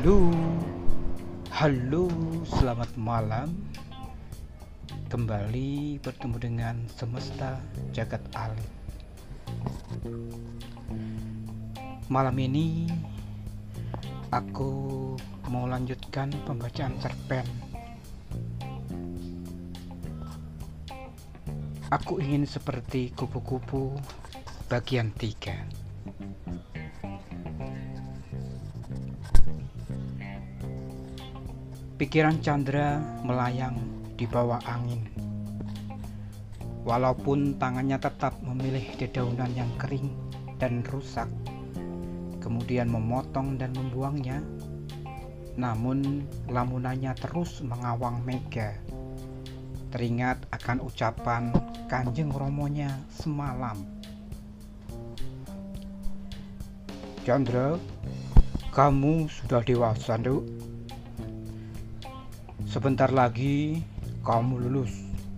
Halo, halo, selamat malam. Kembali bertemu dengan semesta jagat alit. Malam ini aku mau lanjutkan pembacaan cerpen. Aku ingin seperti kupu-kupu bagian 3. Pikiran Chandra melayang di bawah angin. Walaupun tangannya tetap memilih dedaunan yang kering dan rusak, kemudian memotong dan membuangnya, namun lamunannya terus mengawang Mega. Teringat akan ucapan Kanjeng Romonya semalam. Chandra, kamu sudah dewasa, Nduk. Sebentar lagi kamu lulus.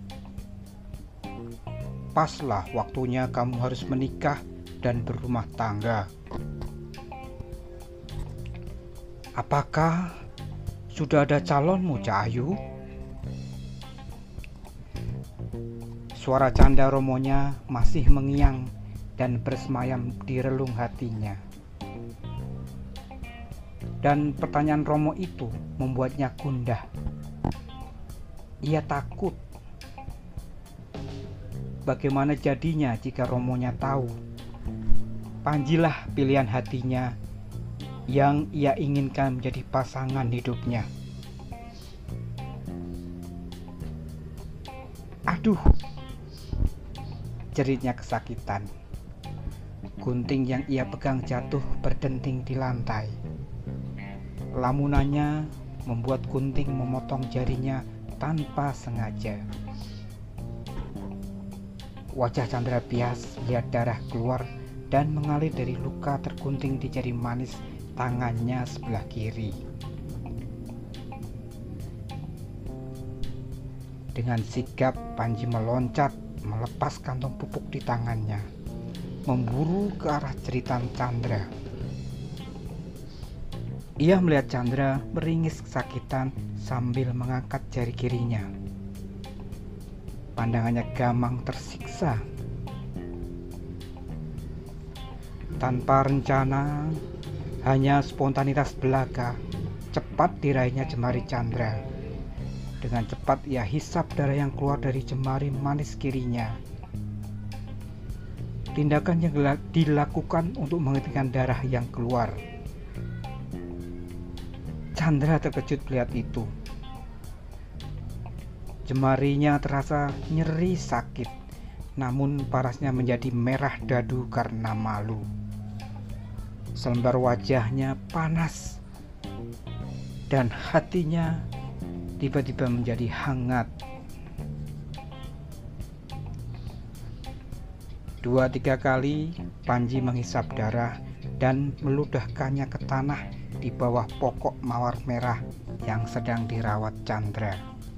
Paslah waktunya kamu harus menikah dan berumah tangga. Apakah sudah ada calonmu, Cahayu? Suara canda Romonya masih mengiang dan bersemayam di relung hatinya. Dan pertanyaan Romo itu membuatnya gundah. Ia takut. Bagaimana jadinya jika Romonya tahu? Panjilah pilihan hatinya yang ia inginkan menjadi pasangan hidupnya. Aduh, jeritnya kesakitan. Gunting yang ia pegang jatuh berdenting di lantai. Lamunannya membuat gunting memotong jarinya tanpa sengaja. Wajah Chandra bias melihat darah keluar dan mengalir dari luka tergunting di jari manis tangannya sebelah kiri. Dengan sigap Panji meloncat melepas kantong pupuk di tangannya, memburu ke arah jeritan Chandra. Ia melihat Chandra meringis kesakitan sambil mengangkat jari kirinya. Pandangannya gamang tersiksa. Tanpa rencana, hanya spontanitas belaka, cepat diraihnya jemari Chandra. Dengan cepat ia hisap darah yang keluar dari jemari manis kirinya. Tindakan yang dilakukan untuk menghentikan darah yang keluar. Chandra terkejut melihat itu. Jemarinya terasa nyeri sakit, namun parasnya menjadi merah dadu karena malu. Selembar wajahnya panas, dan hatinya tiba-tiba menjadi hangat. 2-3 kali Panji menghisap darah dan meludahkannya ke tanah di bawah pokok mawar merah yang sedang dirawat Chandra.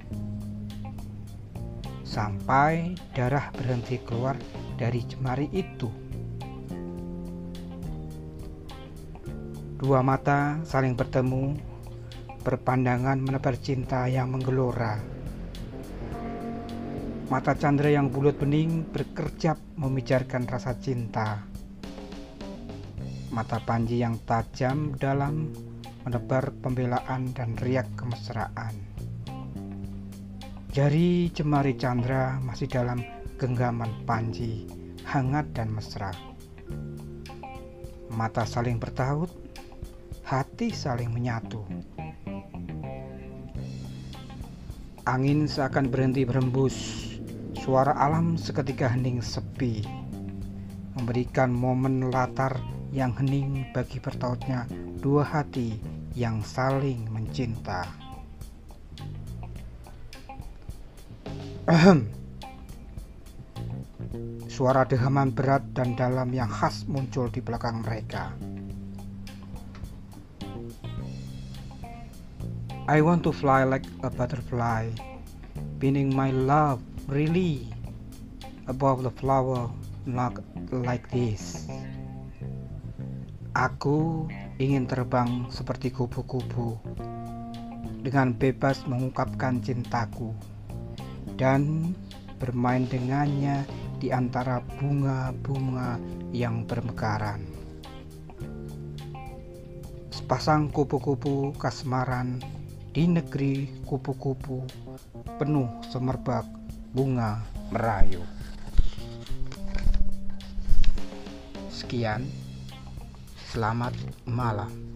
Sampai darah berhenti keluar dari jemari itu. Dua mata saling bertemu, berpandangan menebar cinta yang menggelora. Mata Chandra yang bulat bening berkerjap memijarkan rasa cinta. Mata Panji yang tajam dalam menebar pembelaan dan riak kemesraan. Jari jemari Chandra masih dalam genggaman Panji, hangat dan mesra. Mata saling bertaut, hati saling menyatu. Angin seakan berhenti berhembus, suara alam seketika hening sepi, memberikan momen latar yang hening bagi bertautnya dua hati yang saling mencinta. Suara dehaman berat dan dalam yang khas muncul di belakang mereka. I want to fly like a butterfly, pinning my love really above the flower, not like this. Aku ingin terbang seperti kupu-kupu, dengan bebas mengungkapkan cintaku dan bermain dengannya di antara bunga-bunga yang bermekaran. Sepasang kupu-kupu kasmaran di negeri kupu-kupu, penuh semerbak bunga merayu. Sekian, selamat malam.